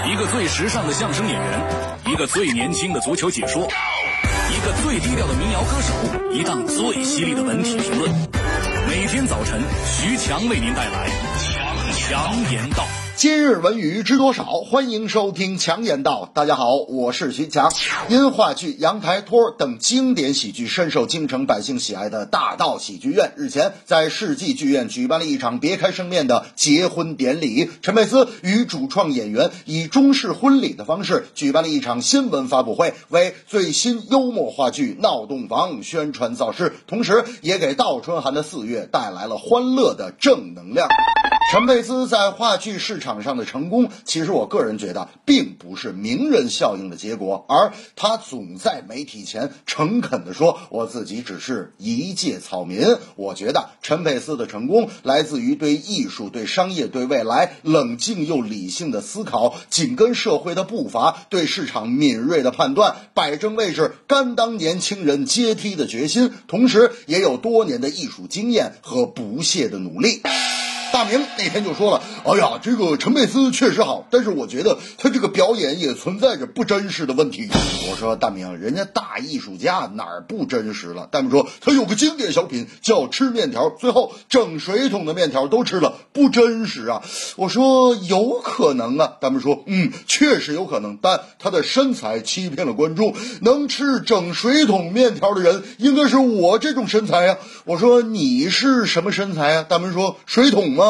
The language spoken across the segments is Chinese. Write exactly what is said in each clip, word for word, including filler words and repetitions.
一个最时尚的相声演员，一个最年轻的足球解说，一个最低调的民谣歌手，一档最犀利的文体评论。每天早晨，徐强为您带来强言道。 今日文娱知多少？欢迎收听强言道。大家好，我是徐强。因话剧《阳台托》等经典喜剧深受京城百姓喜爱的大道喜剧院日前在世纪剧院举办了一场别开生面的结婚典礼。陈佩斯与主创演员以中式婚礼的方式举办了一场新闻发布会，为最新幽默话剧《闹洞房》宣传造势，同时也给倒春寒的四月带来了欢乐的正能量。陈佩斯在话剧市场上的成功，其实我个人觉得并不是名人效应的结果，而他总在媒体前诚恳地说，我自己只是一介草民。我觉得陈佩斯的成功来自于对艺术、对商业、对未来冷静又理性的思考，紧跟社会的步伐，对市场敏锐的判断，摆正位置，甘当年轻人阶梯的决心，同时也有多年的艺术经验和不懈的努力。大明那天就说了，哎呀，这个陈佩斯确实好，但是我觉得他这个表演也存在着不真实的问题。我说大明，人家大艺术家哪儿不真实了？大明说他有个经典小品叫吃面条，最后整水桶的面条都吃了，不真实啊。我说有可能啊。大明说嗯，确实有可能，但他的身材欺骗了观众，能吃整水桶面条的人应该是我这种身材啊。我说你是什么身材啊？大明说水桶吗？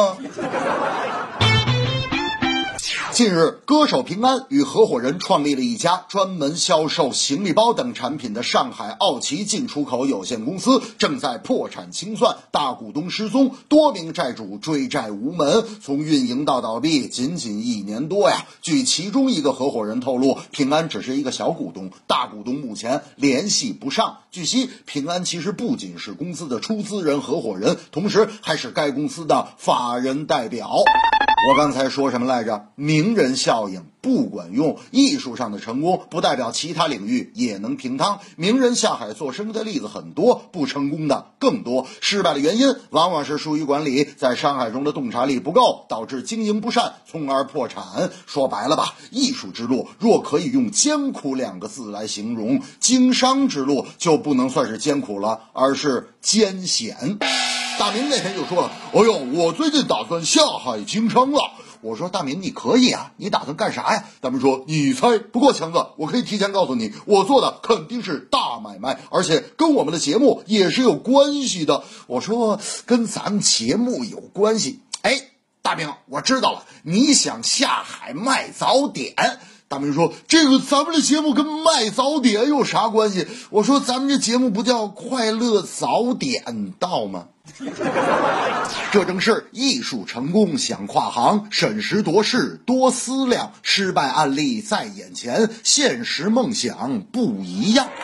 近日，歌手平安与合伙人创立了一家专门销售行李包等产品的上海奥奇进出口有限公司，正在破产清算，大股东失踪，多名债主追债无门，从运营到倒闭仅仅一年多呀。据其中一个合伙人透露，平安只是一个小股东，大股东目前联系不上。据悉，平安其实不仅是公司的出资人、合伙人，同时还是该公司的法人代表。我刚才说什么来着？名人效应不管用，艺术上的成功不代表其他领域也能平摊。名人下海做生意的例子很多，不成功的更多。失败的原因往往是疏于管理，在商海中的洞察力不够，导致经营不善，从而破产。说白了吧，艺术之路若可以用艰苦两个字来形容，经商之路就不能算是艰苦了，而是艰险。大明那天就说了，哎呦，我最近打算下海经商了。我说大明你可以啊，你打算干啥呀？大明说你猜。不过强子，我可以提前告诉你，我做的肯定是大买卖，而且跟我们的节目也是有关系的。我说跟咱们节目有关系？哎，大明，我知道了，你想下海卖早点。大明说这个咱们的节目跟卖早点有啥关系？我说咱们这节目不叫快乐早点到吗？这正是艺术成功想跨行，审时度势多思量，失败案例在眼前，现实梦想不一样。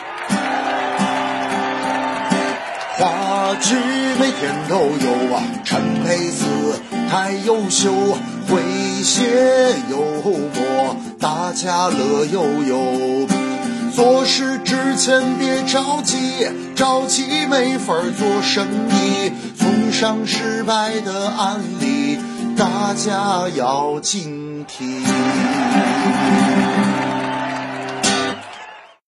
话剧每天都有啊，陈佩斯太优秀，诙谐幽默，大家乐悠悠。做事之前别着急，着急没法做生意。从上失败的案例，大家要谨